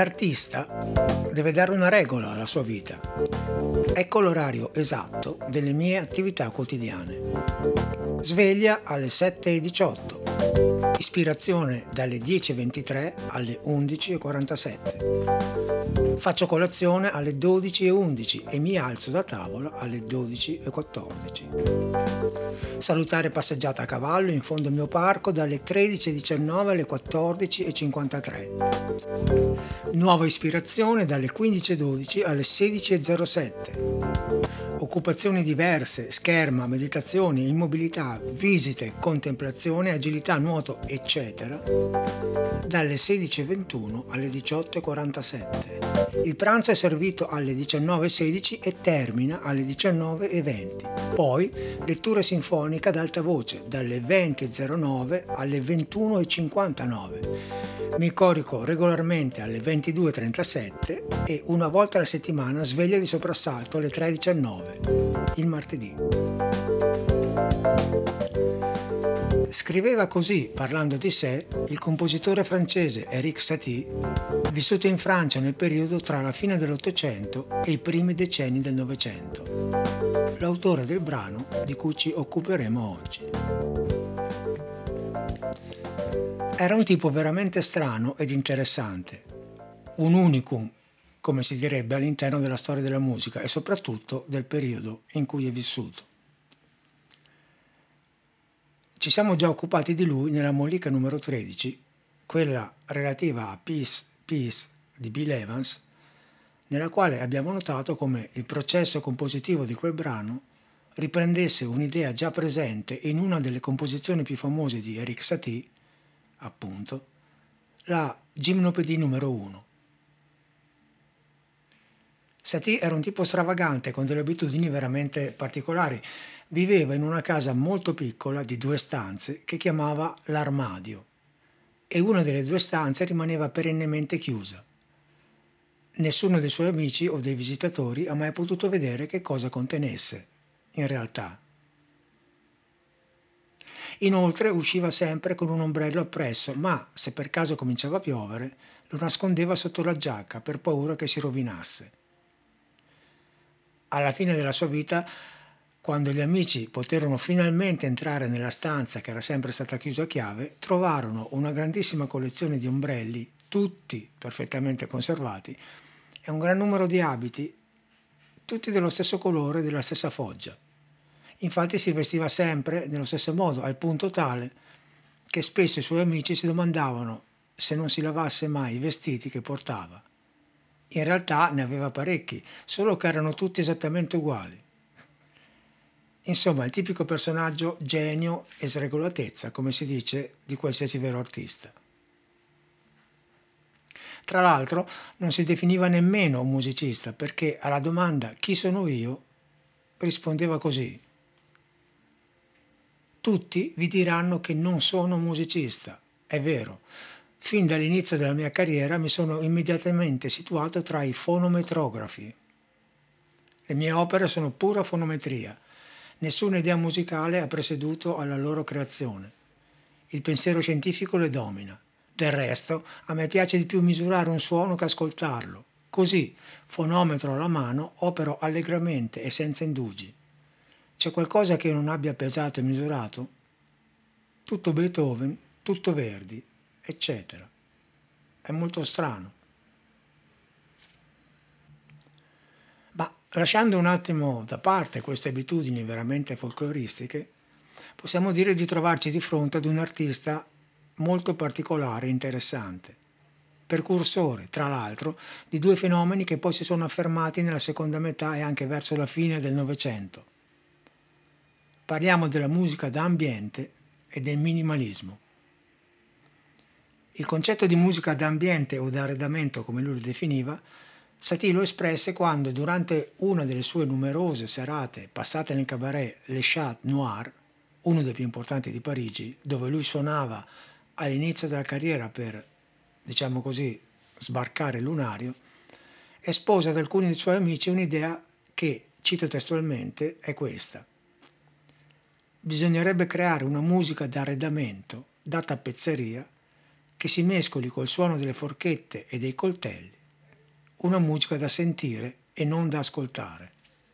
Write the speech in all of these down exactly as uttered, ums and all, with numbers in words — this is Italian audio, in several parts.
L'artista deve dare una regola alla sua vita. Ecco l'orario esatto delle mie attività quotidiane. Sveglia alle sette e diciotto. Ispirazione dalle dieci e ventitré alle undici e quarantasette. Faccio colazione alle dodici e undici e mi alzo da tavola alle dodici e quattordici. Salutare passeggiata a cavallo in fondo al mio parco dalle tredici e diciannove alle quattordici e cinquantatré. Nuova ispirazione dalle quindici e dodici alle sedici e zero sette. Occupazioni diverse, scherma, meditazioni, immobilità, visite, contemplazione, agilità, nuoto, eccetera, dalle sedici e ventuno alle diciotto e quarantasette. Il pranzo è servito alle diciannove e sedici e termina alle diciannove e venti. Poi lettura sinfonica ad alta voce dalle venti e zero nove alle ventuno e cinquantanove. Mi corico regolarmente alle ventidue e trentasette e una volta alla settimana sveglia di soprassalto alle tre e diciannove, il martedì. Scriveva così, parlando di sé, il compositore francese Erik Satie, vissuto in Francia nel periodo tra la fine dell'Ottocento e i primi decenni del Novecento. L'autore del brano di cui ci occuperemo oggi. Era un tipo veramente strano ed interessante, un unicum, come si direbbe, all'interno della storia della musica e soprattutto del periodo in cui è vissuto. Ci siamo già occupati di lui nella mollica numero tredici, quella relativa a Peace, Peace di Bill Evans, nella quale abbiamo notato come il processo compositivo di quel brano riprendesse un'idea già presente in una delle composizioni più famose di Erik Satie, appunto, la Gimnopédie numero uno. Satie era un tipo stravagante con delle abitudini veramente particolari. Viveva in una casa molto piccola di due stanze che chiamava l'armadio e una delle due stanze rimaneva perennemente chiusa. Nessuno dei suoi amici o dei visitatori ha mai potuto vedere che cosa contenesse, in realtà. Inoltre usciva sempre con un ombrello appresso, ma se per caso cominciava a piovere, lo nascondeva sotto la giacca per paura che si rovinasse. Alla fine della sua vita, quando gli amici poterono finalmente entrare nella stanza che era sempre stata chiusa a chiave, trovarono una grandissima collezione di ombrelli, tutti perfettamente conservati, e un gran numero di abiti, tutti dello stesso colore e della stessa foggia. Infatti si vestiva sempre nello stesso modo, al punto tale che spesso i suoi amici si domandavano se non si lavasse mai i vestiti che portava. In realtà ne aveva parecchi, solo che erano tutti esattamente uguali. Insomma, il tipico personaggio genio e sregolatezza, come si dice di qualsiasi vero artista. Tra l'altro non si definiva nemmeno un musicista, perché alla domanda "chi sono io?" rispondeva così: tutti vi diranno che non sono un musicista. È vero, fin dall'inizio della mia carriera mi sono immediatamente situato tra i fonometrografi. Le mie opere sono pura fonometria. Nessuna idea musicale ha preceduto alla loro creazione. Il pensiero scientifico le domina. Del resto, a me piace di più misurare un suono che ascoltarlo. Così, fonometro alla mano, opero allegramente e senza indugi. C'è qualcosa che io non abbia pesato e misurato? Tutto Beethoven, tutto Verdi, eccetera. È molto strano. Ma lasciando un attimo da parte queste abitudini veramente folcloristiche, possiamo dire di trovarci di fronte ad un artista molto particolare e interessante, precursore, tra l'altro, di due fenomeni che poi si sono affermati nella seconda metà e anche verso la fine del Novecento. Parliamo della musica da ambiente e del minimalismo. Il concetto di musica da ambiente o da arredamento, come lui lo definiva, Satie lo espresse quando, durante una delle sue numerose serate passate nel cabaret Les Chat Noir, uno dei più importanti di Parigi, dove lui suonava all'inizio della carriera per, diciamo così, sbarcare il lunario, espose ad alcuni dei suoi amici un'idea che, cito testualmente, è questa: bisognerebbe creare una musica d'arredamento, da tappezzeria, che si mescoli col suono delle forchette e dei coltelli, una musica da sentire e non da ascoltare.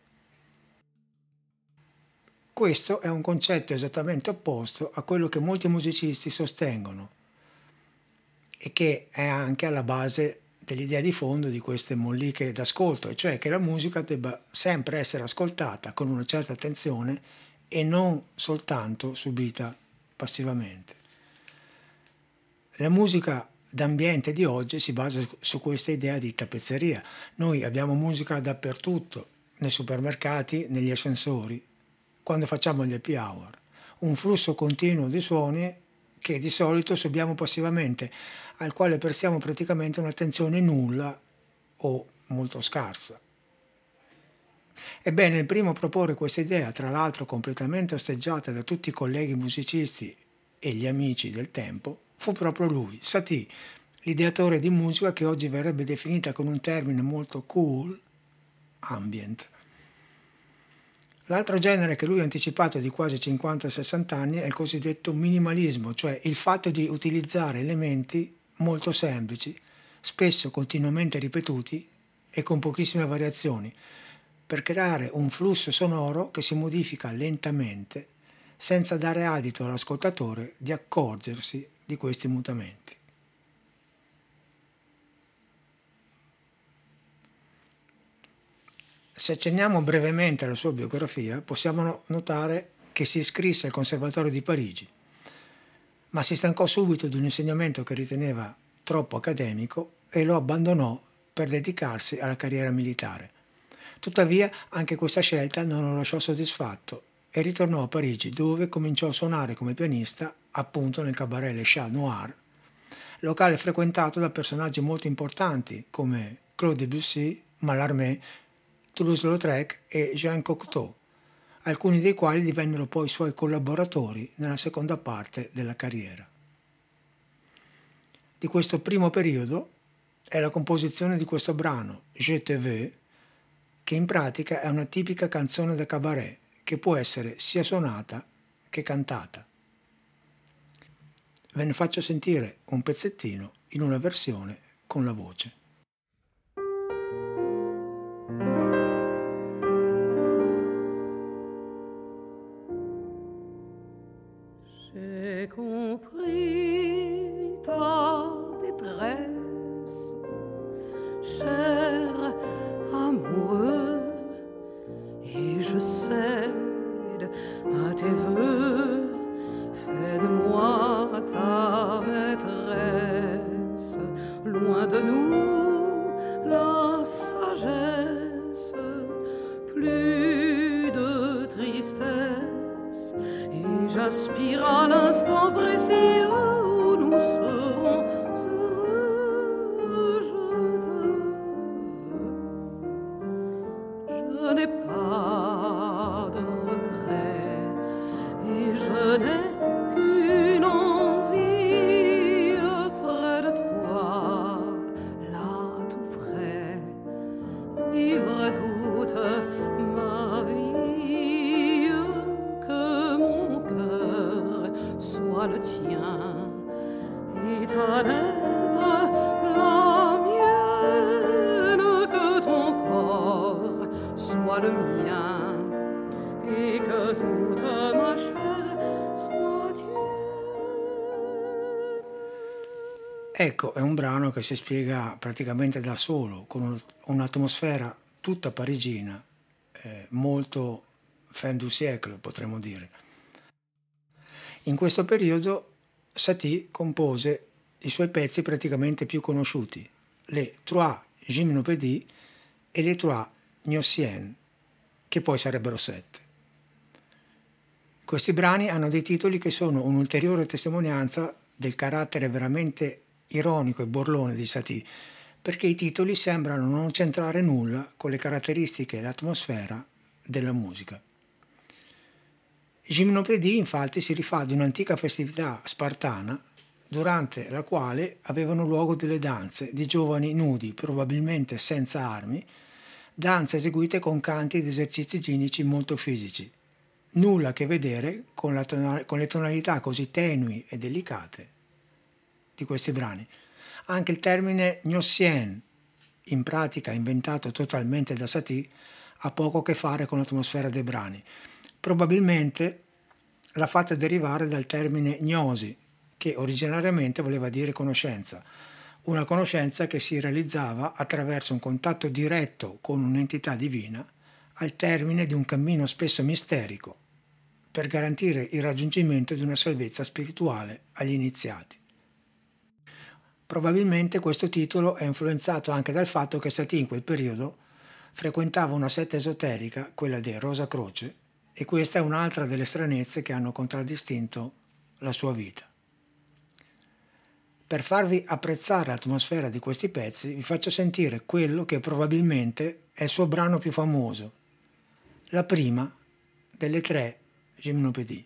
Questo è un concetto esattamente opposto a quello che molti musicisti sostengono e che è anche alla base dell'idea di fondo di queste molliche d'ascolto, e cioè che la musica debba sempre essere ascoltata con una certa attenzione e non soltanto subita passivamente. La musica d'ambiente di oggi si basa su questa idea di tappezzeria. Noi abbiamo musica dappertutto, nei supermercati, negli ascensori, quando facciamo gli happy hour, un flusso continuo di suoni che di solito subiamo passivamente, al quale prestiamo praticamente un'attenzione nulla o molto scarsa. Ebbene, il primo a proporre questa idea, tra l'altro completamente osteggiata da tutti i colleghi musicisti e gli amici del tempo, fu proprio lui, Satie, l'ideatore di musica che oggi verrebbe definita con un termine molto cool, ambient. L'altro genere che lui ha anticipato di quasi cinquanta sessanta anni è il cosiddetto minimalismo, cioè il fatto di utilizzare elementi molto semplici, spesso continuamente ripetuti e con pochissime variazioni, per creare un flusso sonoro che si modifica lentamente, senza dare adito all'ascoltatore di accorgersi di questi mutamenti. Se accenniamo brevemente alla sua biografia, possiamo notare che si iscrisse al Conservatorio di Parigi, ma si stancò subito di un insegnamento che riteneva troppo accademico e lo abbandonò per dedicarsi alla carriera militare. Tuttavia, anche questa scelta non lo lasciò soddisfatto e ritornò a Parigi, dove cominciò a suonare come pianista appunto nel cabaret Le Chat Noir, locale frequentato da personaggi molto importanti come Claude Debussy, Mallarmé, Toulouse-Lautrec e Jean Cocteau, alcuni dei quali divennero poi suoi collaboratori nella seconda parte della carriera. Di questo primo periodo è la composizione di questo brano, Je te veux, che in pratica è una tipica canzone da cabaret che può essere sia suonata che cantata. Ve ne faccio sentire un pezzettino in una versione con la voce. J'ai compris ta détresse, cher amoureux, et je cède à tes voeux. Fais de moi ta maîtresse, loin de nous la sagesse, plus de tristesse, et j'aspire à l'instant précis où nous serons heureux. Je te veux, je n'ai pas de regrets, et je n'ai qu'une envie près de toi, là tout près, vivre toute ma vie, que mon cœur soit le tien et ta lèvre la mienne, que ton corps soit le mien et que toute ma chair soit tienne. Ecco, è un brano che si spiega praticamente da solo, con un- un'atmosfera tutta parigina, eh, molto fin du siècle, potremmo dire. In questo periodo Satie compose i suoi pezzi praticamente più conosciuti, le Trois Gymnopédies e le Trois Gnossiennes, che poi sarebbero sette. Questi brani hanno dei titoli che sono un'ulteriore testimonianza del carattere veramente ironico e burlone di Satie, perché i titoli sembrano non centrare nulla con le caratteristiche e l'atmosfera della musica. Gymnopédie infatti si rifà ad un'antica festività spartana durante la quale avevano luogo delle danze di giovani nudi, probabilmente senza armi, danze eseguite con canti ed esercizi ginici molto fisici, nulla a che vedere con, la tonal- con le tonalità così tenui e delicate di questi brani. Anche il termine gnossien, in pratica inventato totalmente da Satie, ha poco a che fare con l'atmosfera dei brani. Probabilmente l'ha fatta derivare dal termine gnosi, che originariamente voleva dire conoscenza, una conoscenza che si realizzava attraverso un contatto diretto con un'entità divina al termine di un cammino spesso misterico, per garantire il raggiungimento di una salvezza spirituale agli iniziati. Probabilmente questo titolo è influenzato anche dal fatto che Satie in quel periodo frequentava una setta esoterica, quella dei Rosa Croce, e questa è un'altra delle stranezze che hanno contraddistinto la sua vita. Per farvi apprezzare l'atmosfera di questi pezzi vi faccio sentire quello che probabilmente è il suo brano più famoso, la prima delle tre Gymnopédies.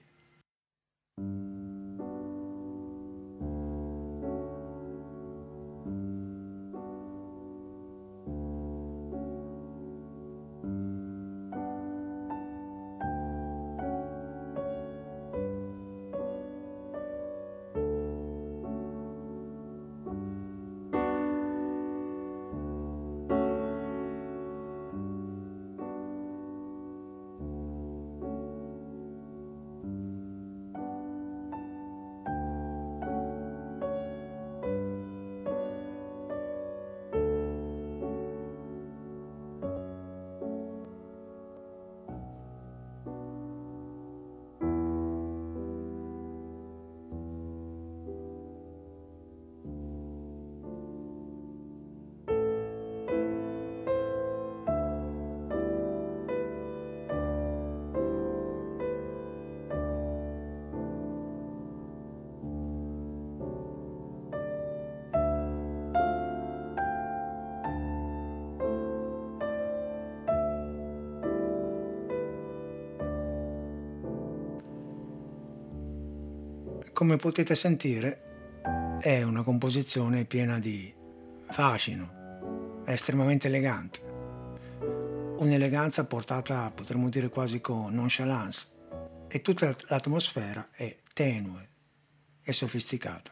Come potete sentire, è una composizione piena di fascino, è estremamente elegante, un'eleganza portata, potremmo dire, quasi con nonchalance, e tutta l'atmosfera è tenue e sofisticata.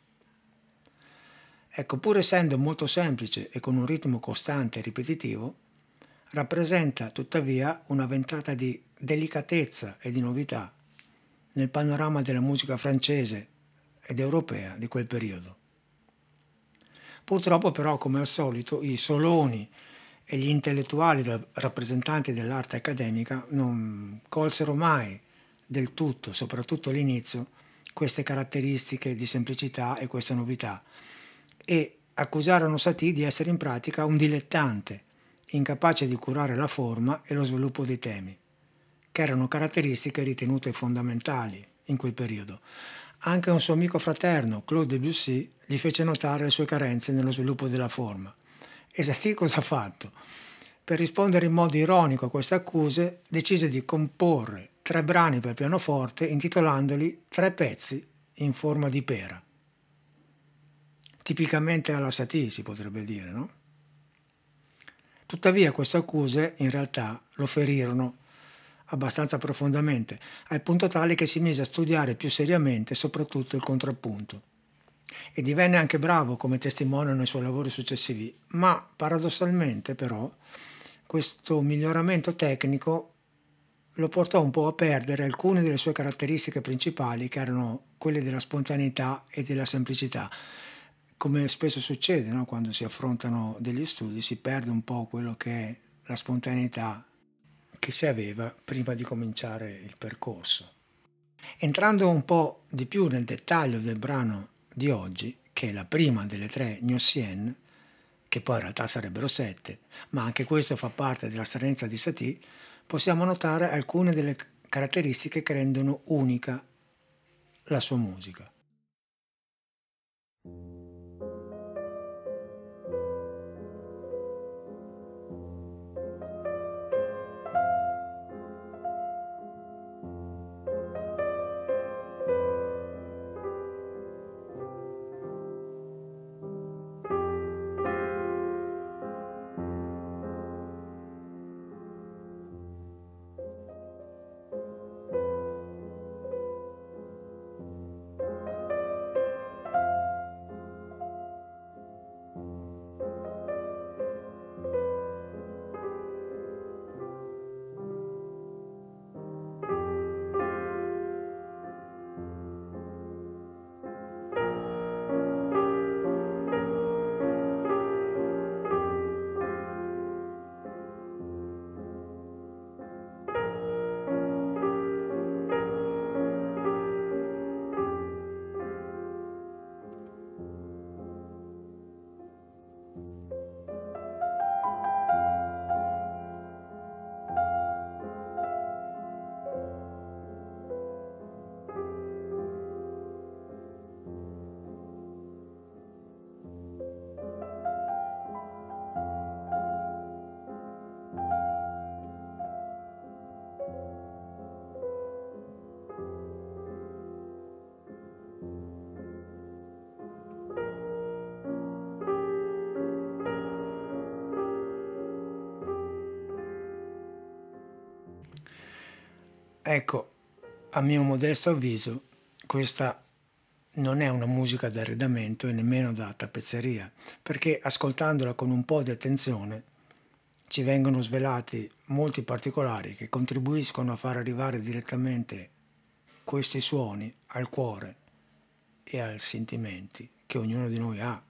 Ecco, pur essendo molto semplice e con un ritmo costante e ripetitivo, rappresenta tuttavia una ventata di delicatezza e di novità nel panorama della musica francese ed europea di quel periodo. Purtroppo però, come al solito, i soloni e gli intellettuali rappresentanti dell'arte accademica non colsero mai del tutto, soprattutto all'inizio, queste caratteristiche di semplicità e questa novità, e accusarono Satie di essere in pratica un dilettante, incapace di curare la forma e lo sviluppo dei temi, che erano caratteristiche ritenute fondamentali in quel periodo. Anche un suo amico fraterno, Claude Debussy, gli fece notare le sue carenze nello sviluppo della forma. E Satie cosa ha fatto? Per rispondere in modo ironico a queste accuse, decise di comporre tre brani per pianoforte intitolandoli Tre pezzi in forma di pera. Tipicamente alla Satie, si potrebbe dire, no? Tuttavia queste accuse in realtà lo ferirono abbastanza profondamente, al punto tale che si mise a studiare più seriamente soprattutto il contrappunto. E divenne anche bravo, come testimoniano i suoi lavori successivi, ma paradossalmente però questo miglioramento tecnico lo portò un po' a perdere alcune delle sue caratteristiche principali, che erano quelle della spontaneità e della semplicità. Come spesso succede, no? Quando si affrontano degli studi si perde un po' quello che è la spontaneità che si aveva prima di cominciare il percorso. Entrando un po' di più nel dettaglio del brano di oggi, che è la prima delle tre Gnossienne, che poi in realtà sarebbero sette, ma anche questo fa parte della stranezza di Satie, possiamo notare alcune delle caratteristiche che rendono unica la sua musica. Ecco, a mio modesto avviso, questa non è una musica d'arredamento e nemmeno da tappezzeria, perché ascoltandola con un po' di attenzione ci vengono svelati molti particolari che contribuiscono a far arrivare direttamente questi suoni al cuore e ai sentimenti che ognuno di noi ha.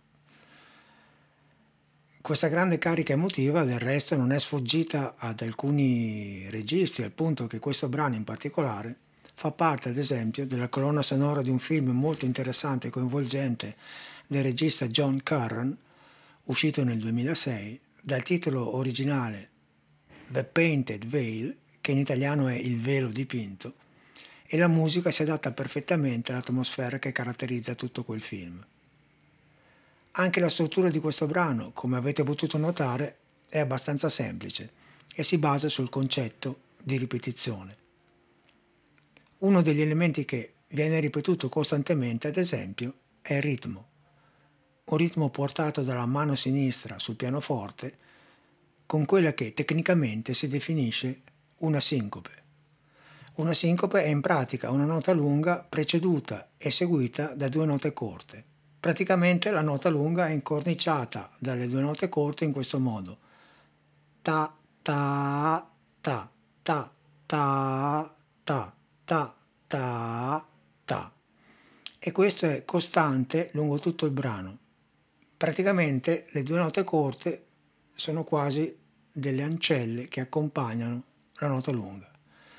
Questa grande carica emotiva del resto non è sfuggita ad alcuni registi, al punto che questo brano in particolare fa parte ad esempio della colonna sonora di un film molto interessante e coinvolgente del regista John Curran, uscito nel duemilasei, dal titolo originale The Painted Veil, che in italiano è Il velo dipinto, e la musica si adatta perfettamente all'atmosfera che caratterizza tutto quel film. Anche la struttura di questo brano, come avete potuto notare, è abbastanza semplice e si basa sul concetto di ripetizione. Uno degli elementi che viene ripetuto costantemente, ad esempio, è il ritmo. Un ritmo portato dalla mano sinistra sul pianoforte con quella che tecnicamente si definisce una sincope. Una sincope è in pratica una nota lunga preceduta e seguita da due note corte. Praticamente la nota lunga è incorniciata dalle due note corte in questo modo: ta ta ta ta ta ta ta ta ta, e questo è costante lungo tutto il brano. Praticamente le due note corte sono quasi delle ancelle che accompagnano la nota lunga.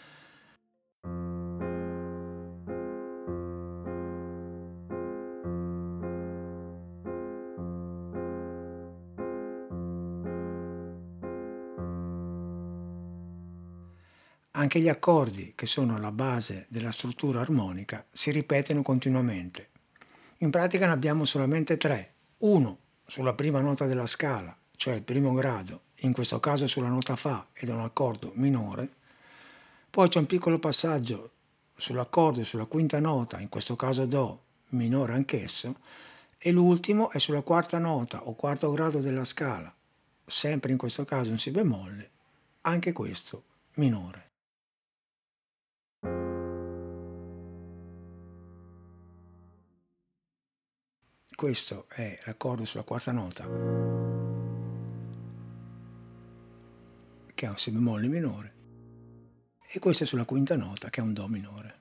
Anche gli accordi, che sono la base della struttura armonica, si ripetono continuamente. In pratica ne abbiamo solamente tre: uno sulla prima nota della scala, cioè il primo grado, in questo caso sulla nota Fa ed è un accordo minore, poi c'è un piccolo passaggio sull'accordo sulla quinta nota, in questo caso Do, minore anch'esso, e l'ultimo è sulla quarta nota o quarto grado della scala, sempre in questo caso un Si bemolle, anche questo minore. Questo è l'accordo sulla quarta nota, che è un Si bemolle minore, e questo è sulla quinta nota, che è un Do minore.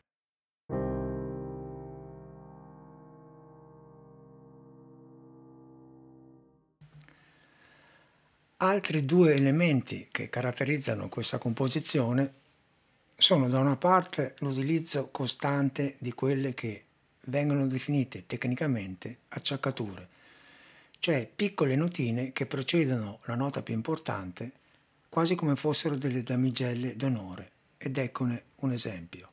Altri due elementi che caratterizzano questa composizione sono da una parte l'utilizzo costante di quelle che vengono definite tecnicamente acciaccature, cioè piccole notine che precedono la nota più importante quasi come fossero delle damigelle d'onore, ed eccone un esempio.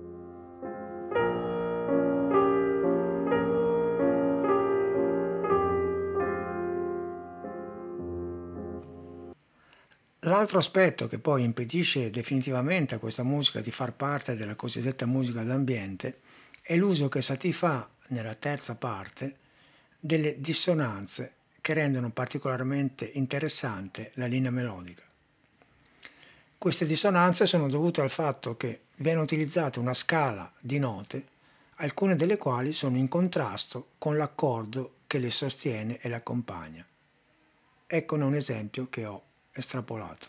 L'altro aspetto che poi impedisce definitivamente a questa musica di far parte della cosiddetta musica d'ambiente è l'uso che Satie fa nella terza parte delle dissonanze che rendono particolarmente interessante la linea melodica. Queste dissonanze sono dovute al fatto che viene utilizzata una scala di note, alcune delle quali sono in contrasto con l'accordo che le sostiene e le accompagna. Eccone un esempio che ho estrapolato.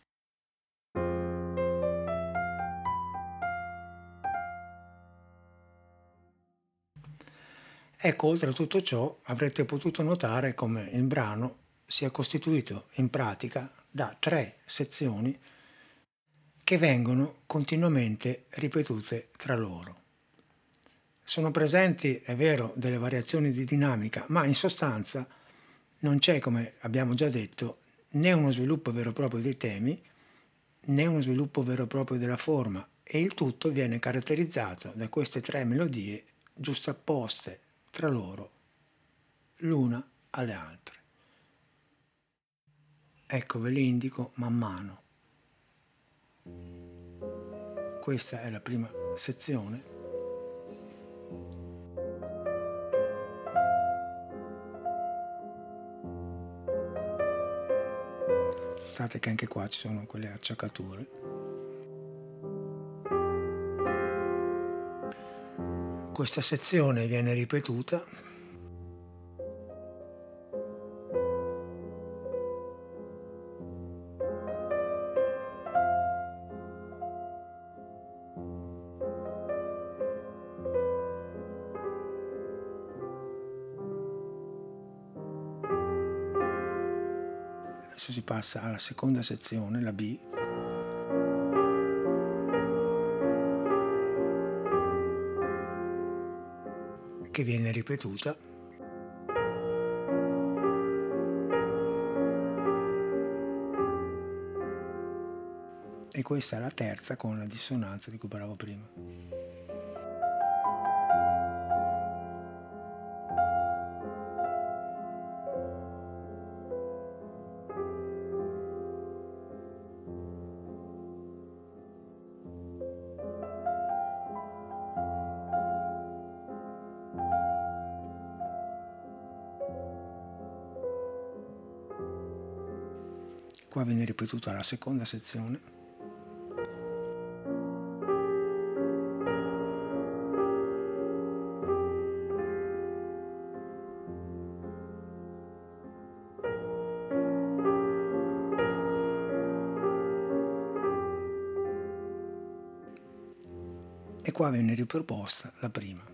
Ecco, oltre a tutto ciò, avrete potuto notare come il brano sia costituito in pratica da tre sezioni che vengono continuamente ripetute tra loro. Sono presenti, è vero, delle variazioni di dinamica, ma in sostanza non c'è, come abbiamo già detto, né uno sviluppo vero e proprio dei temi, né uno sviluppo vero e proprio della forma, e il tutto viene caratterizzato da queste tre melodie giustapposte tra loro, l'una alle altre. Ecco, ve li indico man mano. Questa è la prima sezione. Notate che anche qua ci sono quelle acciaccature. Questa sezione viene ripetuta adesso si passa alla seconda sezione, la B, che viene ripetuta e questa è la terza con la dissonanza di cui parlavo prima. Qua viene ripetuta la seconda sezione. E qua viene riproposta la prima.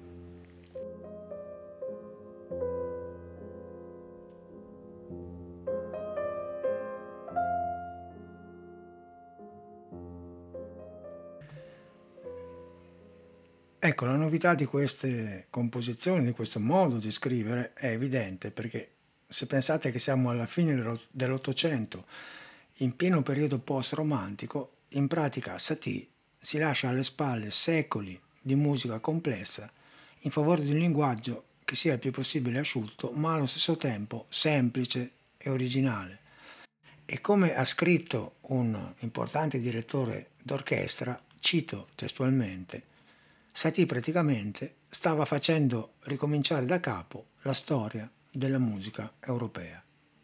Ecco, la novità di queste composizioni, di questo modo di scrivere è evidente, perché se pensate che siamo alla fine dell'Ottocento, in pieno periodo post-romantico, in pratica Satie si lascia alle spalle secoli di musica complessa in favore di un linguaggio che sia il più possibile asciutto, ma allo stesso tempo semplice e originale. E come ha scritto un importante direttore d'orchestra, cito testualmente, Satie praticamente stava facendo ricominciare da capo la storia della musica europea.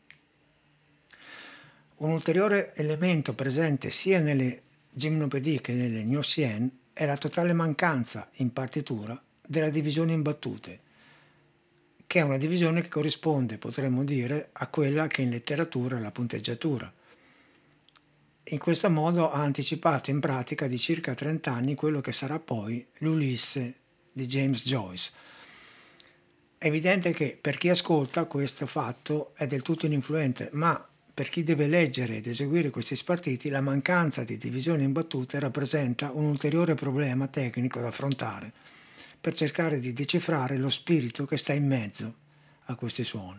Un ulteriore elemento presente sia nelle gimnopédie che nelle gnossienne è la totale mancanza in partitura della divisione in battute, che è una divisione che corrisponde, potremmo dire, a quella che in letteratura è la punteggiatura. In questo modo ha anticipato in pratica di circa trenta anni quello che sarà poi l'Ulisse di James Joyce. È evidente che per chi ascolta questo fatto è del tutto ininfluente, ma per chi deve leggere ed eseguire questi spartiti la mancanza di divisione in battute rappresenta un ulteriore problema tecnico da affrontare per cercare di decifrare lo spirito che sta in mezzo a questi suoni.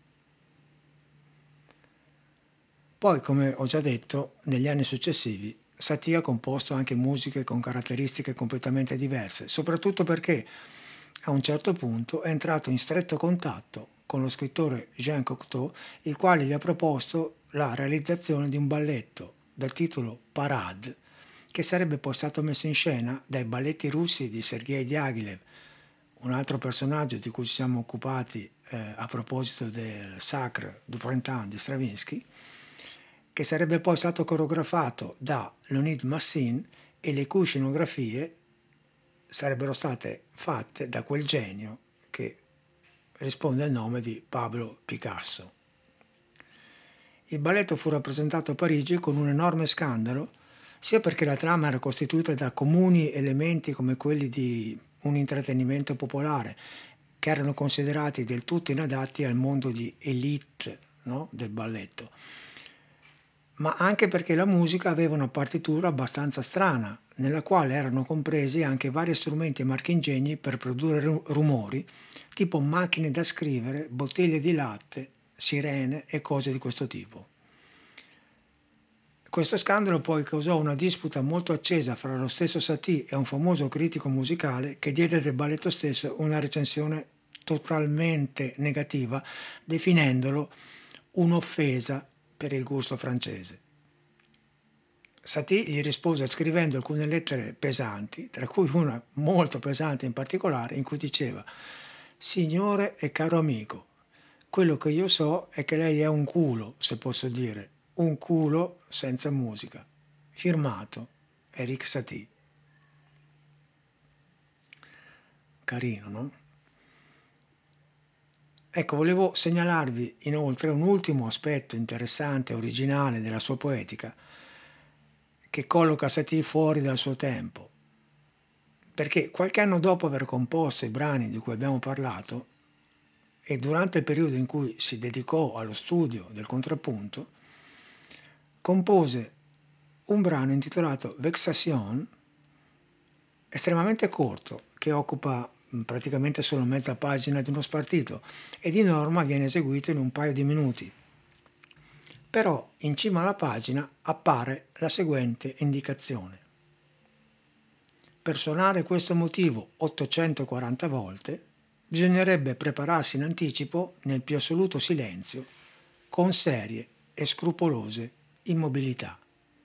Poi, come ho già detto, negli anni successivi Satie ha composto anche musiche con caratteristiche completamente diverse, soprattutto perché a un certo punto è entrato in stretto contatto con lo scrittore Jean Cocteau, il quale gli ha proposto la realizzazione di un balletto dal titolo Parade, che sarebbe poi stato messo in scena dai balletti russi di Sergei Diaghilev, un altro personaggio di cui ci siamo occupati eh, a proposito del Sacre du Printemps di Stravinsky, che sarebbe poi stato coreografato da Leonid Massin e le cui scenografie sarebbero state fatte da quel genio che risponde al nome di Pablo Picasso. Il balletto fu rappresentato a Parigi con un enorme scandalo, sia perché la trama era costituita da comuni elementi come quelli di un intrattenimento popolare, che erano considerati del tutto inadatti al mondo di élite, no, del balletto, ma anche perché la musica aveva una partitura abbastanza strana, nella quale erano compresi anche vari strumenti e marchingegni per produrre rumori, tipo macchine da scrivere, bottiglie di latte, sirene e cose di questo tipo. Questo scandalo poi causò una disputa molto accesa fra lo stesso Satie e un famoso critico musicale che diede del balletto stesso una recensione totalmente negativa, definendolo un'offesa per il gusto francese. Satie gli rispose scrivendo alcune lettere pesanti, tra cui una molto pesante in particolare, in cui diceva: «Signore e caro amico, quello che io so è che lei è un culo, se posso dire, un culo senza musica». Firmato Erik Satie. carino, no? Ecco, volevo segnalarvi inoltre un ultimo aspetto interessante e originale della sua poetica che colloca Satie fuori dal suo tempo, perché qualche anno dopo aver composto i brani di cui abbiamo parlato e durante il periodo in cui si dedicò allo studio del contrappunto, compose un brano intitolato Vexation, estremamente corto, che occupa praticamente solo mezza pagina di uno spartito e di norma viene eseguito in un paio di minuti. Però in cima alla pagina appare la seguente indicazione: per suonare questo motivo ottocentoquaranta volte bisognerebbe prepararsi in anticipo nel più assoluto silenzio, con serie e scrupolose immobilità.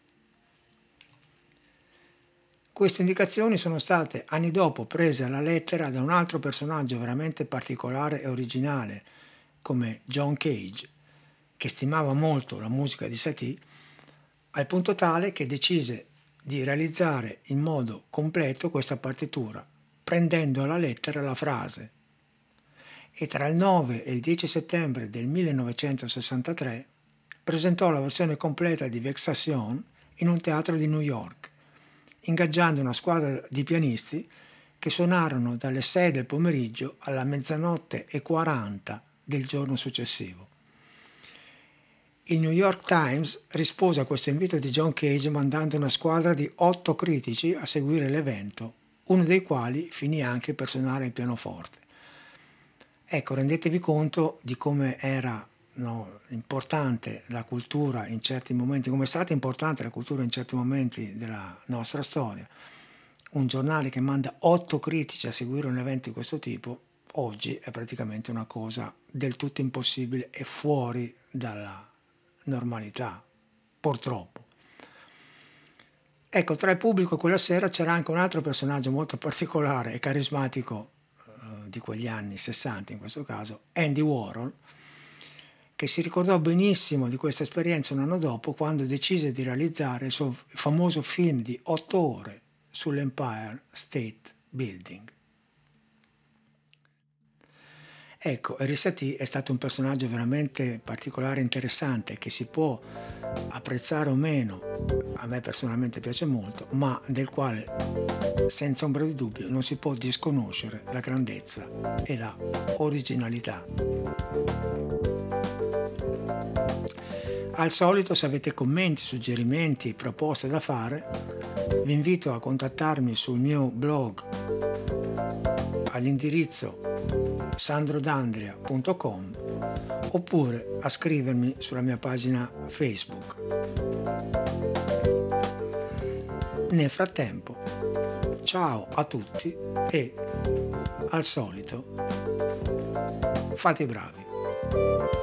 Queste indicazioni sono state anni dopo prese alla lettera da un altro personaggio veramente particolare e originale, come John Cage, che stimava molto la musica di Satie, al punto tale che decise di realizzare in modo completo questa partitura, prendendo alla lettera la frase. E tra il nove e il dieci settembre del millenovecentosessantatré presentò la versione completa di Vexation in un teatro di New York, ingaggiando una squadra di pianisti che suonarono dalle sei del pomeriggio alla mezzanotte e quaranta del giorno successivo. Il New York Times rispose a questo invito di John Cage mandando una squadra di otto critici a seguire l'evento, uno dei quali finì anche per suonare il pianoforte. Ecco, rendetevi conto di come era no, importante la cultura in certi momenti, come è stata importante la cultura in certi momenti della nostra storia. Un giornale che manda otto critici a seguire un evento di questo tipo, oggi è praticamente una cosa del tutto impossibile e fuori dalla normalità, purtroppo. Ecco, tra il pubblico quella sera c'era anche un altro personaggio molto particolare e carismatico eh, di quegli anni sessanta, in questo caso, Andy Warhol, che si ricordò benissimo di questa esperienza un anno dopo, quando decise di realizzare il suo famoso film di otto ore sull'Empire State Building. Ecco, Henri Satie è stato un personaggio veramente particolare e interessante, che si può apprezzare o meno, a me personalmente piace molto, ma del quale senza ombra di dubbio non si può disconoscere la grandezza e la originalità. Al solito, se avete commenti, suggerimenti, proposte da fare, vi invito a contattarmi sul mio blog all'indirizzo sandrodandria punto com oppure a scrivermi sulla mia pagina Facebook. Nel frattempo, ciao a tutti e, al solito, fate i bravi.